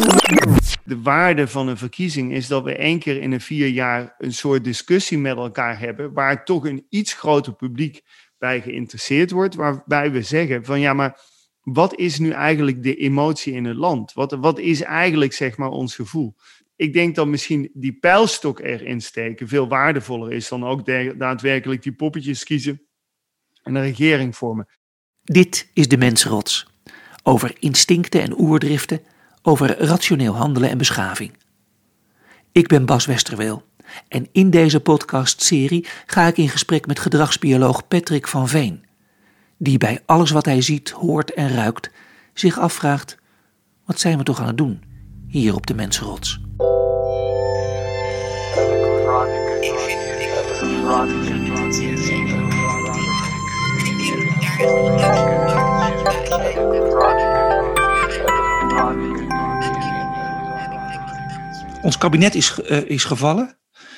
De waarde van een verkiezing is dat we 1 keer in de 4 jaar een soort discussie met elkaar hebben, waar toch een iets groter publiek bij geïnteresseerd wordt, waarbij we zeggen van ja, maar wat is nu eigenlijk de emotie in het land? Wat is eigenlijk zeg maar ons gevoel? Ik denk dat misschien die pijlstok erin steken veel waardevoller is dan ook daadwerkelijk die poppetjes kiezen en een regering vormen. Dit is de Mensenrots. Over instincten en oerdriften, over rationeel handelen en beschaving. Ik ben Bas Westerweel en in deze podcastserie ga ik in gesprek met gedragsbioloog Patrick van Veen, die bij alles wat hij ziet, hoort en ruikt zich afvraagt: wat zijn we toch aan het doen hier op de Mensenrots? Ons kabinet is gevallen.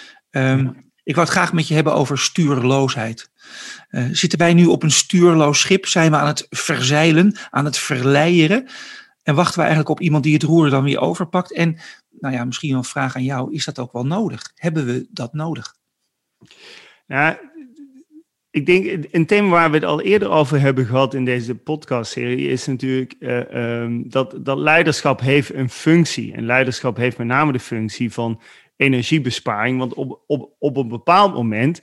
Ik wou het graag met je hebben over stuurloosheid. Zitten wij nu op een stuurloos schip? Zijn we aan het verzeilen, aan het verleieren? En wachten we eigenlijk op iemand die het roer dan weer overpakt? En nou ja, misschien een vraag aan jou. Is dat ook wel nodig? Hebben we dat nodig? Nou, ik denk een thema waar we het al eerder over hebben gehad in deze podcastserie is natuurlijk dat leiderschap heeft een functie. En leiderschap heeft met name de functie van energiebesparing. Want op een bepaald moment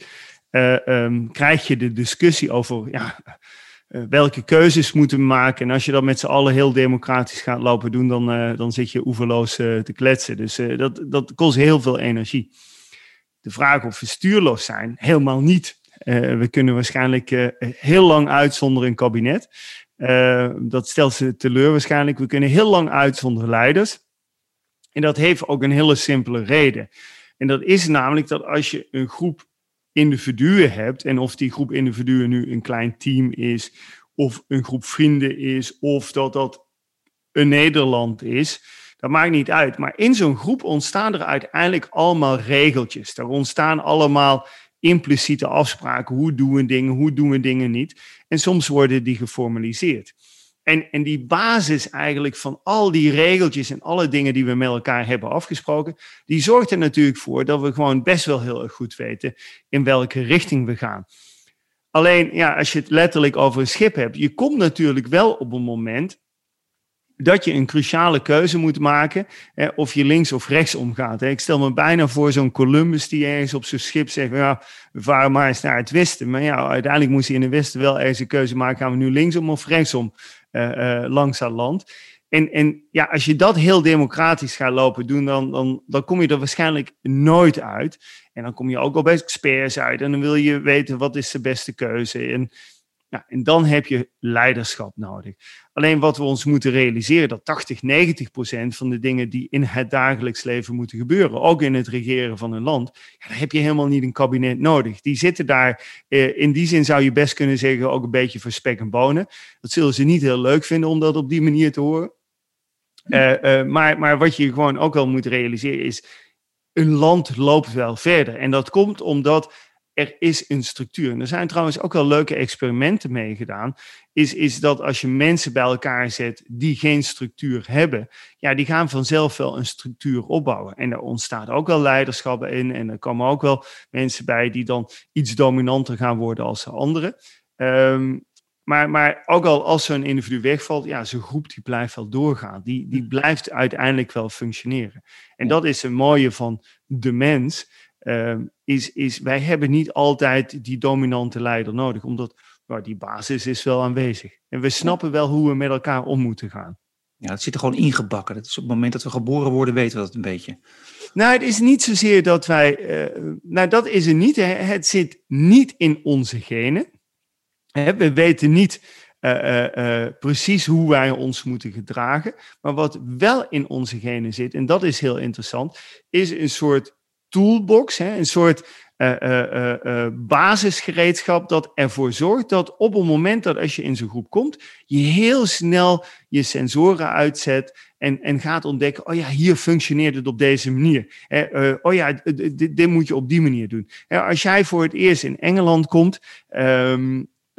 krijg je de discussie over welke keuzes moeten we maken. En als je dat met z'n allen heel democratisch gaat lopen doen, dan zit je oeverloos te kletsen. Dus dat kost heel veel energie. De vraag of we stuurloos zijn, helemaal niet. We kunnen waarschijnlijk heel lang uit zonder een kabinet. Dat stelt ze teleur waarschijnlijk. We kunnen heel lang uit zonder leiders. En dat heeft ook een hele simpele reden. En dat is namelijk dat als je een groep individuen hebt, en of die groep individuen nu een klein team is, of een groep vrienden is, of dat een Nederland is, dat maakt niet uit. Maar in zo'n groep ontstaan er uiteindelijk allemaal regeltjes. Er ontstaan allemaal impliciete afspraken. Hoe doen we dingen niet? En soms worden die geformaliseerd. En die basis eigenlijk van al die regeltjes en alle dingen die we met elkaar hebben afgesproken, die zorgt er natuurlijk voor dat we gewoon best wel heel erg goed weten in welke richting we gaan. Alleen, ja, als je het letterlijk over een schip hebt, je komt natuurlijk wel op een moment dat je een cruciale keuze moet maken, of je links of rechts omgaat. Ik stel me bijna voor zo'n Columbus die ergens op zijn schip zegt, ja, we varen maar eens naar het westen. Maar ja, uiteindelijk moest hij in het westen wel ergens een keuze maken, gaan we nu linksom of rechtsom langs dat land. En ja, als je dat heel democratisch gaat lopen doen, dan kom je er waarschijnlijk nooit uit. En dan kom je ook al bij experts uit en dan wil je weten wat is de beste keuze. En dan heb je leiderschap nodig. Alleen wat we ons moeten realiseren, dat 80-90% van de dingen die in het dagelijks leven moeten gebeuren, ook in het regeren van een land, daar heb je helemaal niet een kabinet nodig. Die zitten daar, in die zin zou je best kunnen zeggen, ook een beetje voor spek en bonen. Dat zullen ze niet heel leuk vinden om dat op die manier te horen. Maar wat je gewoon ook wel moet realiseren is, een land loopt wel verder. En dat komt omdat er is een structuur. En er zijn trouwens ook wel leuke experimenten mee gedaan. Is dat als je mensen bij elkaar zet die geen structuur hebben, ja, die gaan vanzelf wel een structuur opbouwen. En er ontstaat ook wel leiderschap in. En er komen ook wel mensen bij die dan iets dominanter gaan worden als de anderen. Maar ook al als zo'n individu wegvalt, ja, zo'n groep die blijft wel doorgaan. Die blijft uiteindelijk wel functioneren. En dat is een mooie van de mens. Wij hebben niet altijd die dominante leider nodig, omdat die basis is wel aanwezig. En we snappen wel hoe we met elkaar om moeten gaan. Ja, dat zit er gewoon ingebakken. Dat is op het moment dat we geboren worden, weten we dat een beetje. Nou, het is niet zozeer dat wij... dat is er niet. Het zit niet in onze genen. We weten niet precies hoe wij ons moeten gedragen. Maar wat wel in onze genen zit, en dat is heel interessant, is een soort toolbox, een soort basisgereedschap dat ervoor zorgt dat op het moment dat als je in zo'n groep komt, je heel snel je sensoren uitzet en gaat ontdekken, oh ja, hier functioneert het op deze manier. Oh ja, dit moet je op die manier doen. Als jij voor het eerst in Engeland komt,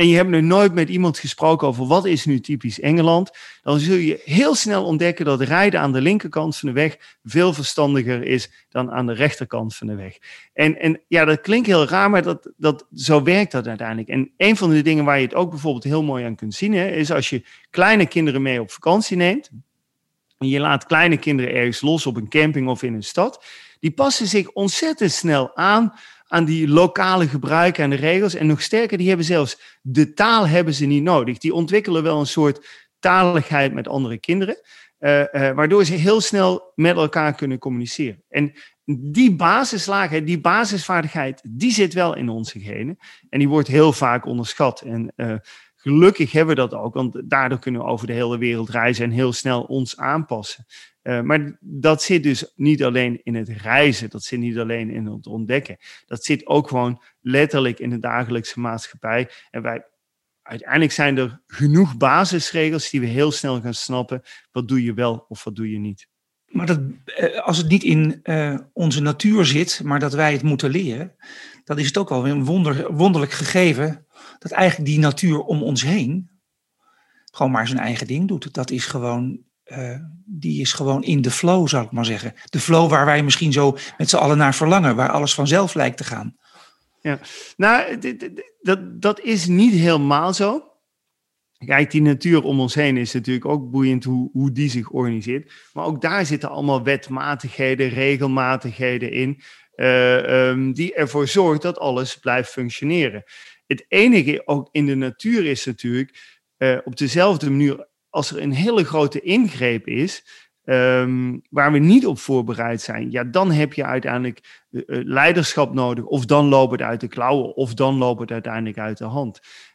en je hebt nog nooit met iemand gesproken over wat is nu typisch Engeland, dan zul je heel snel ontdekken dat rijden aan de linkerkant van de weg veel verstandiger is dan aan de rechterkant van de weg. En ja, dat klinkt heel raar, maar zo werkt dat uiteindelijk. En een van de dingen waar je het ook bijvoorbeeld heel mooi aan kunt zien, is als je kleine kinderen mee op vakantie neemt, en je laat kleine kinderen ergens los op een camping of in een stad, die passen zich ontzettend snel aan die lokale gebruiken en de regels. En nog sterker, die hebben zelfs de taal hebben ze niet nodig. Die ontwikkelen wel een soort taligheid met andere kinderen, waardoor ze heel snel met elkaar kunnen communiceren. En die basislaag, die basisvaardigheid, die zit wel in onze genen. En die wordt heel vaak onderschat. En gelukkig hebben we dat ook, want daardoor kunnen we over de hele wereld reizen en heel snel ons aanpassen. Maar dat zit dus niet alleen in het reizen, dat zit niet alleen in het ontdekken. Dat zit ook gewoon letterlijk in de dagelijkse maatschappij. En uiteindelijk zijn er genoeg basisregels die we heel snel gaan snappen. Wat doe je wel of wat doe je niet? Maar als het niet in onze natuur zit, maar dat wij het moeten leren, dan is het ook wel weer een wonderlijk gegeven dat eigenlijk die natuur om ons heen gewoon maar zijn eigen ding doet. Dat is gewoon, die is gewoon in de flow, zou ik maar zeggen. De flow waar wij misschien zo met z'n allen naar verlangen, waar alles vanzelf lijkt te gaan. Ja, nou, dat is niet helemaal zo. Kijk, die natuur om ons heen is natuurlijk ook boeiend hoe die zich organiseert. Maar ook daar zitten allemaal wetmatigheden, regelmatigheden in, die ervoor zorgen dat alles blijft functioneren. Het enige ook in de natuur is natuurlijk, op dezelfde manier als er een hele grote ingreep is, waar we niet op voorbereid zijn, ja, dan heb je uiteindelijk leiderschap nodig. Of dan loopt het uit de klauwen, of dan loopt het uiteindelijk uit de hand.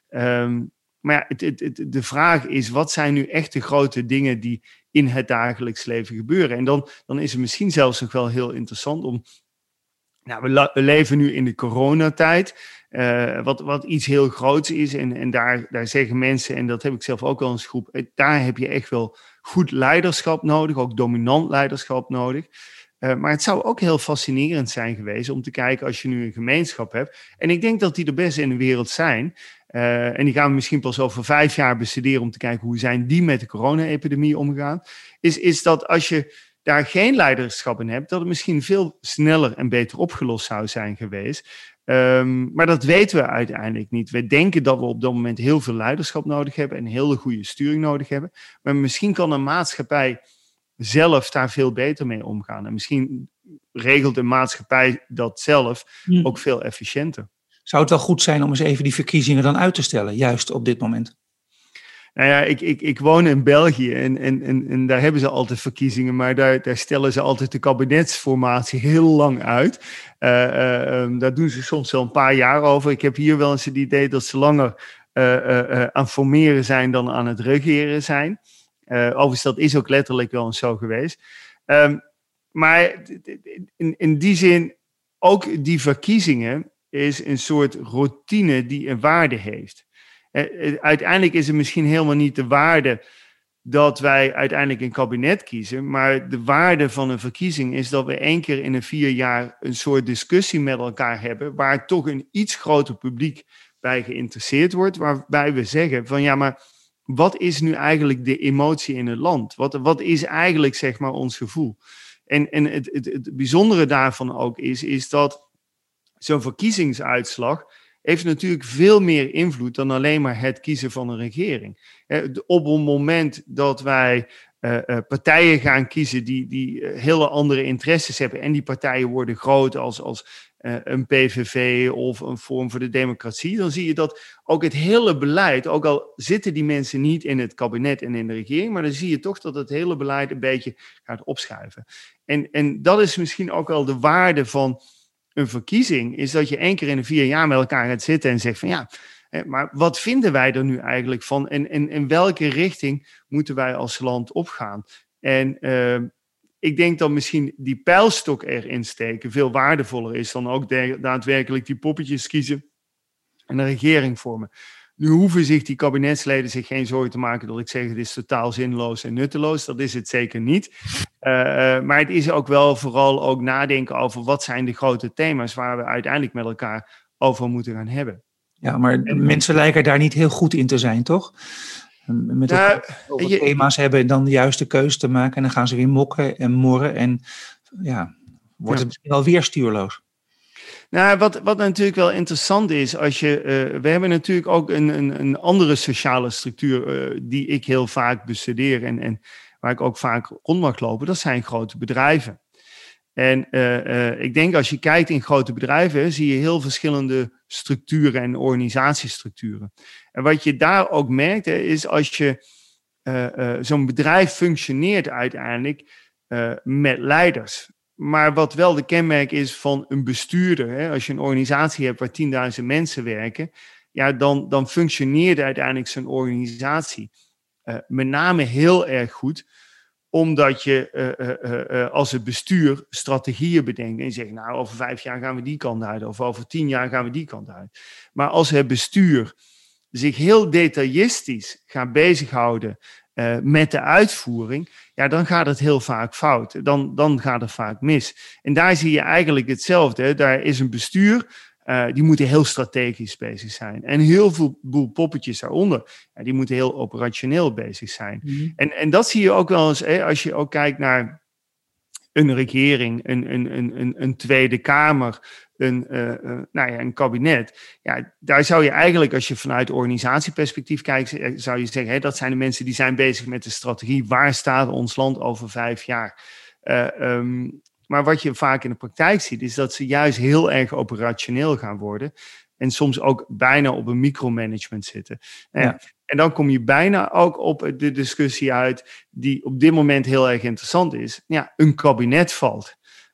Maar ja, de vraag is, wat zijn nu echt de grote dingen die in het dagelijks leven gebeuren? En dan is het misschien zelfs nog wel heel interessant om... Nou, we leven nu in de coronatijd, wat iets heel groots is. En daar zeggen mensen, en dat heb ik zelf ook wel als groep, daar heb je echt wel goed leiderschap nodig, ook dominant leiderschap nodig. Maar het zou ook heel fascinerend zijn geweest om te kijken als je nu een gemeenschap hebt. En ik denk dat die er best in de wereld zijn. En die gaan we misschien pas over 5 jaar bestuderen om te kijken hoe zijn die met de corona-epidemie omgegaan. Is dat als je daar geen leiderschap in hebt, dat het misschien veel sneller en beter opgelost zou zijn geweest. Maar dat weten we uiteindelijk niet. We denken dat we op dat moment heel veel leiderschap nodig hebben en hele goede sturing nodig hebben. Maar misschien kan een maatschappij zelf daar veel beter mee omgaan. En misschien regelt de maatschappij dat zelf ook veel efficiënter. Zou het wel goed zijn om eens even die verkiezingen dan uit te stellen, juist op dit moment? Nou ja, ik woon in België en daar hebben ze altijd verkiezingen, maar daar stellen ze altijd de kabinetsformatie heel lang uit. Daar doen ze soms wel een paar jaar over. Ik heb hier wel eens het idee dat ze langer aan het formeren zijn dan aan het regeren zijn. Overigens, dat is ook letterlijk wel eens zo geweest. Maar in die zin, ook die verkiezingen is een soort routine die een waarde heeft. Uiteindelijk is het misschien helemaal niet de waarde dat wij uiteindelijk een kabinet kiezen, maar de waarde van een verkiezing is dat we 1 keer in de 4 jaar een soort discussie met elkaar hebben, waar toch een iets groter publiek bij geïnteresseerd wordt, waarbij we zeggen van ja, maar wat is nu eigenlijk de emotie in het land? Wat is eigenlijk zeg maar ons gevoel? En het bijzondere daarvan ook is dat zo'n verkiezingsuitslag heeft natuurlijk veel meer invloed dan alleen maar het kiezen van een regering. Op het moment dat wij partijen gaan kiezen die hele andere interesses hebben en die partijen worden groot als een PVV of een Forum voor de Democratie, dan zie je dat ook het hele beleid, ook al zitten die mensen niet in het kabinet en in de regering, maar dan zie je toch dat het hele beleid een beetje gaat opschuiven. En dat is misschien ook wel de waarde van een verkiezing, is dat je 1 keer in de 4 jaar met elkaar gaat zitten en zegt van ja, maar wat vinden wij er nu eigenlijk van en in welke richting moeten wij als land opgaan? En ik denk dat misschien die pijlstok erin steken veel waardevoller is dan ook daadwerkelijk die poppetjes kiezen en een regering vormen. Nu hoeven zich die kabinetsleden zich geen zorgen te maken dat ik zeg het is totaal zinloos en nutteloos. Dat is het zeker niet. Maar het is ook wel vooral ook nadenken over wat zijn de grote thema's waar we uiteindelijk met elkaar over moeten gaan hebben. Ja, maar mensen lijken daar niet heel goed in te zijn, toch? Met over thema's hebben en dan de juiste keuze te maken. En dan gaan ze weer mokken en morren. En wordt het misschien wel weer stuurloos. Nou, wat natuurlijk wel interessant is, we hebben natuurlijk ook een andere sociale structuur die ik heel vaak bestudeer en waar ik ook vaak rond mag lopen, dat zijn grote bedrijven. En ik denk als je kijkt in grote bedrijven, zie je heel verschillende structuren en organisatiestructuren. En wat je daar ook merkt, is als je zo'n bedrijf functioneert uiteindelijk met leiders. Maar wat wel de kenmerk is van een bestuurder, als je een organisatie hebt waar 10.000 mensen werken, ja, dan functioneert uiteindelijk zo'n organisatie met name heel erg goed, omdat je als het bestuur strategieën bedenkt en zegt, nou, over 5 jaar gaan we die kant uit, of over 10 jaar gaan we die kant uit. Maar als het bestuur zich heel detailistisch gaat bezighouden met de uitvoering, ja, dan gaat het heel vaak fout. Dan gaat het vaak mis. En daar zie je eigenlijk hetzelfde. Hè. Daar is een bestuur, die moeten heel strategisch bezig zijn. En heel veel boel poppetjes daaronder, die moeten heel operationeel bezig zijn. Mm-hmm. En dat zie je ook wel eens, als je ook kijkt naar een regering, een Tweede Kamer, een kabinet. Ja, daar zou je eigenlijk, als je vanuit organisatieperspectief kijkt, zou je zeggen, dat zijn de mensen die zijn bezig met de strategie. Waar staat ons land over 5 jaar? Maar wat je vaak in de praktijk ziet, is dat ze juist heel erg operationeel gaan worden. En soms ook bijna op een micromanagement zitten. Ja. En dan kom je bijna ook op de discussie uit die op dit moment heel erg interessant is. Ja, een kabinet valt.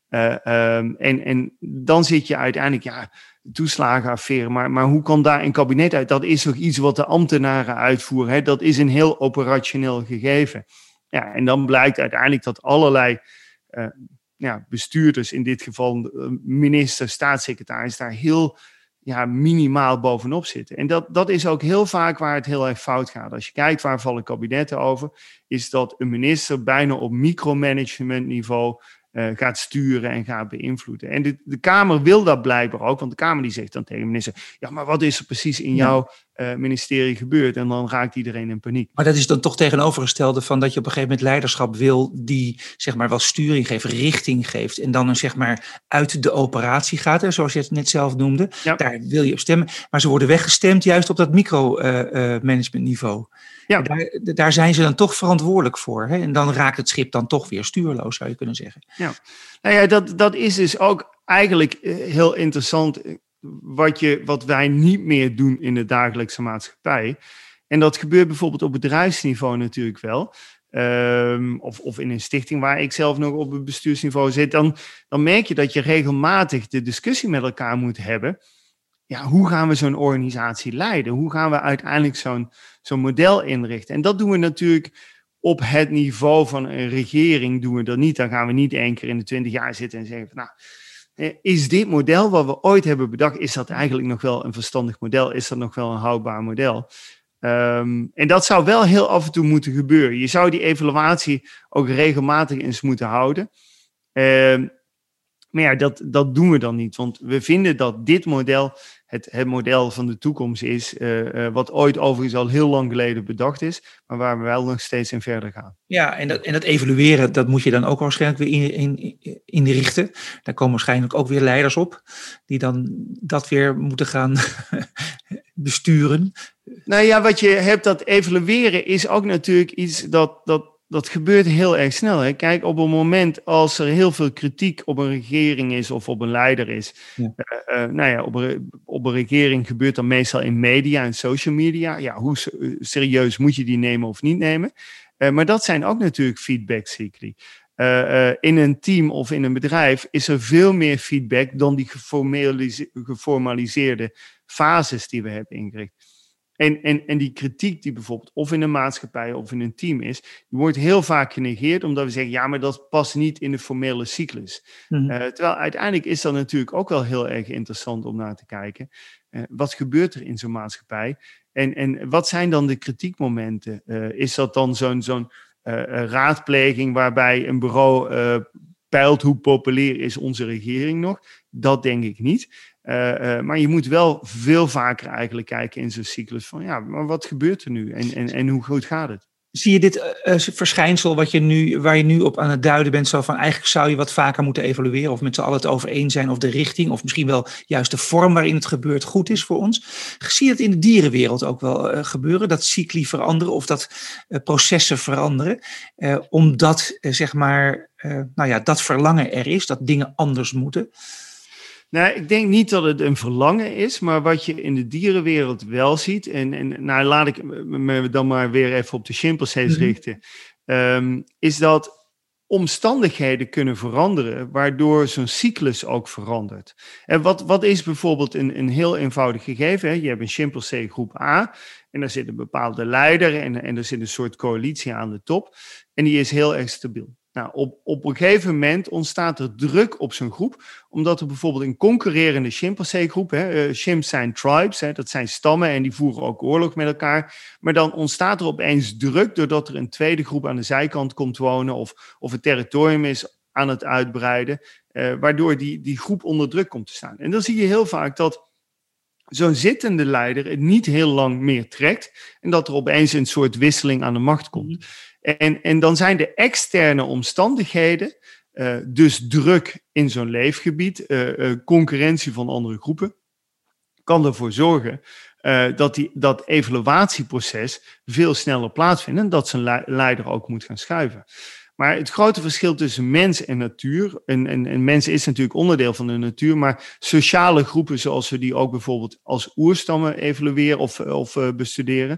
En dan zit je uiteindelijk, toeslagenaffaire, maar hoe kan daar een kabinet uit? Dat is toch iets wat de ambtenaren uitvoeren. Hè? Dat is een heel operationeel gegeven. Ja, en dan blijkt uiteindelijk dat allerlei bestuurders, in dit geval minister, staatssecretaris, daar heel minimaal bovenop zitten. En dat is ook heel vaak waar het heel erg fout gaat. Als je kijkt waar vallen kabinetten over, is dat een minister bijna op micromanagement niveau gaat sturen en gaat beïnvloeden. En de Kamer wil dat blijkbaar ook, want de Kamer die zegt dan tegen de minister, ja, maar wat is er precies in jouw ministerie gebeurd? En dan raakt iedereen in paniek. Maar dat is dan toch tegenovergestelde van dat je op een gegeven moment leiderschap wil die, zeg maar, wel sturing geeft, richting geeft en dan zeg maar uit de operatie gaat, hè, zoals je het net zelf noemde. Ja. Daar wil je op stemmen. Maar ze worden weggestemd juist op dat micromanagement niveau. Ja. Daar zijn ze dan toch verantwoordelijk voor. Hè? En dan raakt het schip dan toch weer stuurloos, zou je kunnen zeggen. Ja, nou ja, dat is dus ook eigenlijk heel interessant wat wij niet meer doen in de dagelijkse maatschappij. En dat gebeurt bijvoorbeeld op bedrijfsniveau natuurlijk wel. Of in een stichting waar ik zelf nog op het bestuursniveau zit. Dan merk je dat je regelmatig de discussie met elkaar moet hebben. Ja, hoe gaan we zo'n organisatie leiden? Hoe gaan we uiteindelijk zo'n model inrichten? En dat doen we natuurlijk op het niveau van een regering doen we dat niet. Dan gaan we niet 1 keer in de 20 jaar zitten en zeggen van, nou, is dit model wat we ooit hebben bedacht, is dat eigenlijk nog wel een verstandig model? Is dat nog wel een houdbaar model? En dat zou wel heel af en toe moeten gebeuren. Je zou die evaluatie ook regelmatig eens moeten houden. Maar ja, dat doen we dan niet. Want we vinden dat dit model het model van de toekomst is, wat ooit overigens al heel lang geleden bedacht is, maar waar we wel nog steeds in verder gaan. Ja, en dat evalueren, dat moet je dan ook waarschijnlijk weer inrichten. Daar komen waarschijnlijk ook weer leiders op, die dan dat weer moeten gaan besturen. Nou ja, wat je hebt, dat evalueren is ook natuurlijk iets dat gebeurt heel erg snel. Hè? Kijk, op een moment als er heel veel kritiek op een regering is of op een leider is. Ja. Op een regering gebeurt dat meestal in media en social media. Ja, hoe serieus moet je die nemen of niet nemen? Maar dat zijn ook natuurlijk feedbackcycli. In een team of in een bedrijf is er veel meer feedback dan die geformaliseerde fases die we hebben ingericht. En die kritiek die bijvoorbeeld of in een maatschappij of in een team is, die wordt heel vaak genegeerd omdat we zeggen, ja, maar dat past niet in de formele cyclus. Mm-hmm. Terwijl uiteindelijk is dat natuurlijk ook wel heel erg interessant om naar te kijken. Wat gebeurt er in zo'n maatschappij? En wat zijn dan de kritiekmomenten? Is dat dan zo'n raadpleging waarbij een bureau peilt hoe populair is onze regering nog? Dat denk ik niet. Maar je moet wel veel vaker eigenlijk kijken in zo'n cyclus van ja, maar wat gebeurt er nu en hoe goed gaat het? Zie je dit verschijnsel waar je nu op aan het duiden bent, zo van eigenlijk zou je wat vaker moeten evalueren of met z'n allen het over eens zijn of de richting of misschien wel juist de vorm waarin het gebeurt goed is voor ons? Zie je het in de dierenwereld ook wel gebeuren, dat cycli veranderen of dat processen veranderen, omdat dat verlangen er is, dat dingen anders moeten? Nou, ik denk niet dat het een verlangen is, maar wat je in de dierenwereld wel ziet, en laat ik me dan maar weer even op de chimpansees richten, is dat omstandigheden kunnen veranderen, waardoor zo'n cyclus ook verandert. En wat is bijvoorbeeld een heel eenvoudig gegeven? Hè? Je hebt een chimpansee groep A, en daar zit een bepaalde leider en er zit een soort coalitie aan de top, en die is heel erg stabiel. Nou, op een gegeven moment ontstaat er druk op zo'n groep, omdat er bijvoorbeeld een concurrerende chimpansee-groep, chimps zijn tribes, dat zijn stammen en die voeren ook oorlog met elkaar, maar dan ontstaat er opeens druk doordat er een tweede groep aan de zijkant komt wonen of het territorium is aan het uitbreiden, waardoor die groep onder druk komt te staan. En dan zie je heel vaak dat zo'n zittende leider het niet heel lang meer trekt en dat er opeens een soort wisseling aan de macht komt. En dan zijn de externe omstandigheden, dus druk in zo'n leefgebied, concurrentie van andere groepen, kan ervoor zorgen dat evaluatieproces veel sneller plaatsvindt en dat zijn leider ook moet gaan schuiven. Maar het grote verschil tussen mens en natuur, en mens is natuurlijk onderdeel van de natuur, maar sociale groepen zoals we die ook bijvoorbeeld als oerstammen evalueren of bestuderen,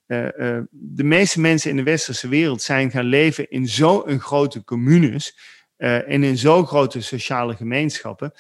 de meeste mensen in de westerse wereld zijn gaan leven in zo'n grote communes en in zo'n grote sociale gemeenschappen,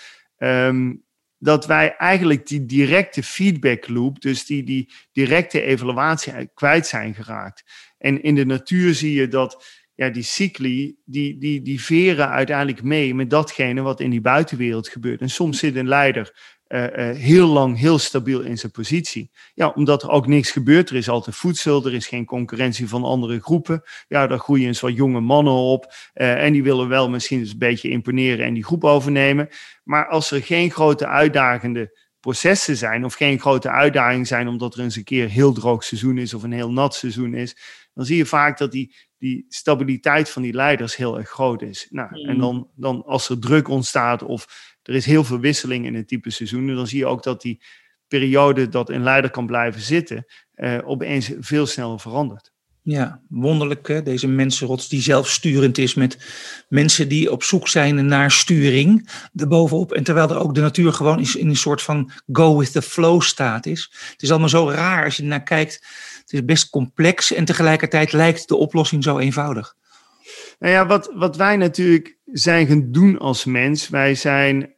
dat wij eigenlijk die directe feedback loop, dus die directe evaluatie kwijt zijn geraakt. En in de natuur zie je dat die cycli, die veren uiteindelijk mee met datgene wat in die buitenwereld gebeurt. En soms zit een leider heel lang heel stabiel in zijn positie. Ja, omdat er ook niks gebeurt. Er is altijd voedsel, er is geen concurrentie van andere groepen. Ja, daar groeien eens wat jonge mannen op. En die willen wel misschien eens een beetje imponeren en die groep overnemen. Maar als er geen grote uitdagende processen zijn, of geen grote uitdagingen zijn omdat er eens een keer heel droog seizoen is of een heel nat seizoen is, dan zie je vaak dat die stabiliteit van die leiders heel erg groot is. Nou, en dan als er druk ontstaat of er is heel veel wisseling in het type seizoen, dan zie je ook dat die periode dat een leider kan blijven zitten, opeens veel sneller verandert. Ja, wonderlijk hè? Deze mensenrots die zelfsturend is met mensen die op zoek zijn naar sturing erbovenop. En terwijl er ook de natuur gewoon in een soort van go with the flow staat is. Het is allemaal zo raar als je ernaar kijkt. Het is best complex en tegelijkertijd lijkt de oplossing zo eenvoudig. Nou ja, wat wij natuurlijk zijn gaan doen als mens, wij zijn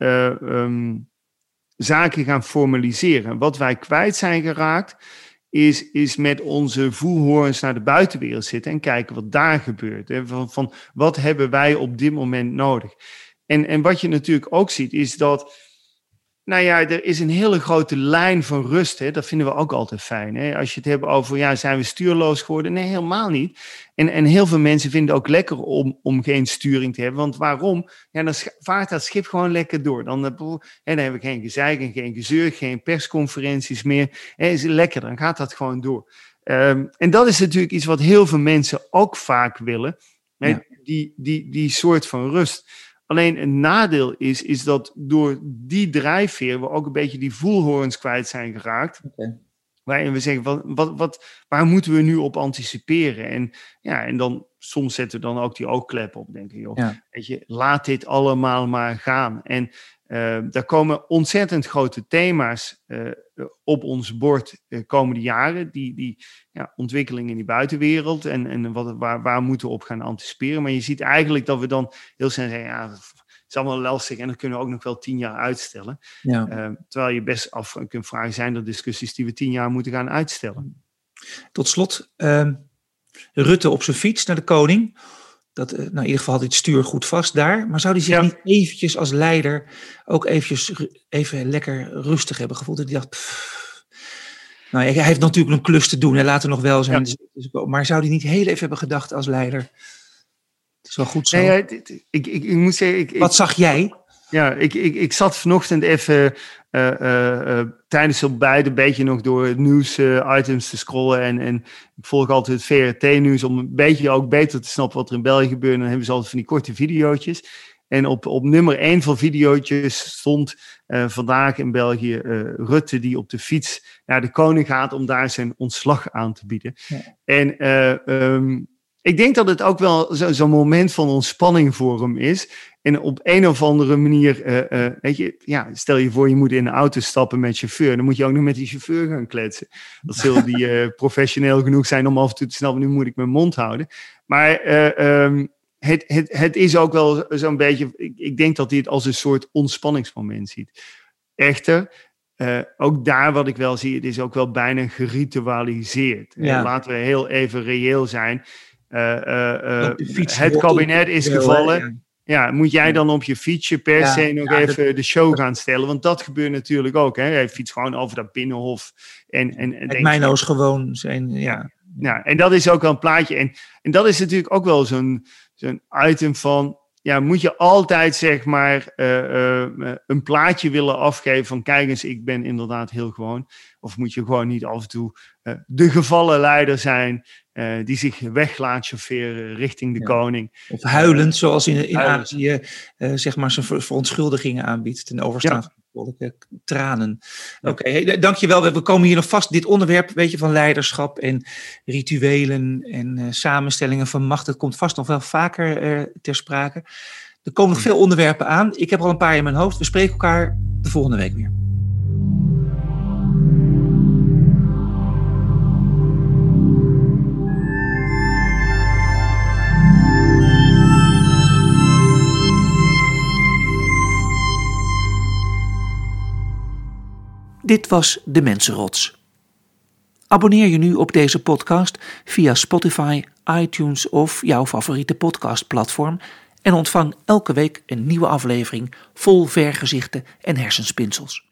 zaken gaan formaliseren. Wat wij kwijt zijn geraakt, is met onze voelhorens naar de buitenwereld zitten en kijken wat daar gebeurt. Hè? Van wat hebben wij op dit moment nodig? En wat je natuurlijk ook ziet, is dat er is een hele grote lijn van rust. Hè? Dat vinden we ook altijd fijn. Hè? Als je het hebt over, zijn we stuurloos geworden? Nee, helemaal niet. En heel veel mensen vinden het ook lekker om geen sturing te hebben. Want waarom? Ja, dan vaart dat schip gewoon lekker door. Dan hebben we geen gezeik en geen gezeur, geen persconferenties meer. Is lekker, dan gaat dat gewoon door. En dat is natuurlijk iets wat heel veel mensen ook vaak willen. Ja. Die soort van rust. Alleen een nadeel is dat door die drijfveer we ook een beetje die voelhorens kwijt zijn geraakt. Okay. Waarin we zeggen, waar moeten we nu op anticiperen? En dan soms zetten we dan ook die oogklep op. Denken, joh, weet je, laat dit allemaal maar gaan. En daar komen ontzettend grote thema's op ons bord komende jaren. Die ontwikkeling in die buitenwereld. En waar moeten we op gaan anticiperen. Maar je ziet eigenlijk dat we dan heel snel zeggen, het is allemaal lastig en dat kunnen we ook nog wel 10 jaar uitstellen. Ja. Terwijl je best af kunt vragen, zijn er discussies die we 10 jaar moeten gaan uitstellen? Tot slot, Rutte op zijn fiets naar de koning. Dat, in ieder geval had hij het stuur goed vast daar. Maar zou hij zich niet eventjes als leider ook even lekker rustig hebben gevoeld? Dat hij dacht, hij heeft natuurlijk een klus te doen. En laten we nog wel zijn. Ja. Maar zou hij niet heel even hebben gedacht als leider? Het is wel goed zo. Ik moet zeggen... Wat zag jij? Ja, ik zat vanochtend even tijdens het ontbijt een beetje nog door het nieuws-items te scrollen. En ik volg altijd het VRT-nieuws om een beetje ook beter te snappen wat er in België gebeurt. En dan hebben ze altijd van die korte videootjes. En op nummer 1 van videootjes stond vandaag in België Rutte die op de fiets naar de koning gaat om daar zijn ontslag aan te bieden. Ja. En ik denk dat het ook wel zo'n moment van ontspanning voor hem is. En op een of andere manier, weet je, ja, stel je voor je moet in een auto stappen met chauffeur. Dan moet je ook nog met die chauffeur gaan kletsen. Dat zullen die professioneel genoeg zijn om af en toe te snappen, nu moet ik mijn mond houden. Maar het is ook wel zo'n beetje, ik denk dat hij het als een soort ontspanningsmoment ziet. Echter, ook daar wat ik wel zie, het is ook wel bijna geritualiseerd. Ja. Laten we heel even reëel zijn. Het kabinet is gevallen. Ja, moet jij dan op je fietsje per se nog even de show gaan stellen? Want dat gebeurt natuurlijk ook. Hè? Hij fietst gewoon over dat Binnenhof. Het Meino's gewoon zijn, ja. Ja, en dat is ook wel een plaatje. En dat is natuurlijk ook wel zo'n item van... Ja, moet je altijd zeg maar een plaatje willen afgeven van... Kijk eens, ik ben inderdaad heel gewoon. Of moet je gewoon niet af en toe de gevallen leider zijn... die zich weg laat chaufferen richting de koning. Of huilend, zoals in Azië zeg maar zijn verontschuldigingen aanbiedt... ten overstaan van volke tranen. Ja. Oké, dankjewel. We komen hier nog vast. Dit onderwerp, weet je, van leiderschap en rituelen... en samenstellingen van macht, dat komt vast nog wel vaker ter sprake. Er komen nog veel onderwerpen aan. Ik heb er al een paar in mijn hoofd. We spreken elkaar de volgende week weer. Dit was De Mensenrots. Abonneer je nu op deze podcast via Spotify, iTunes of jouw favoriete podcastplatform en ontvang elke week een nieuwe aflevering vol vergezichten en hersenspinsels.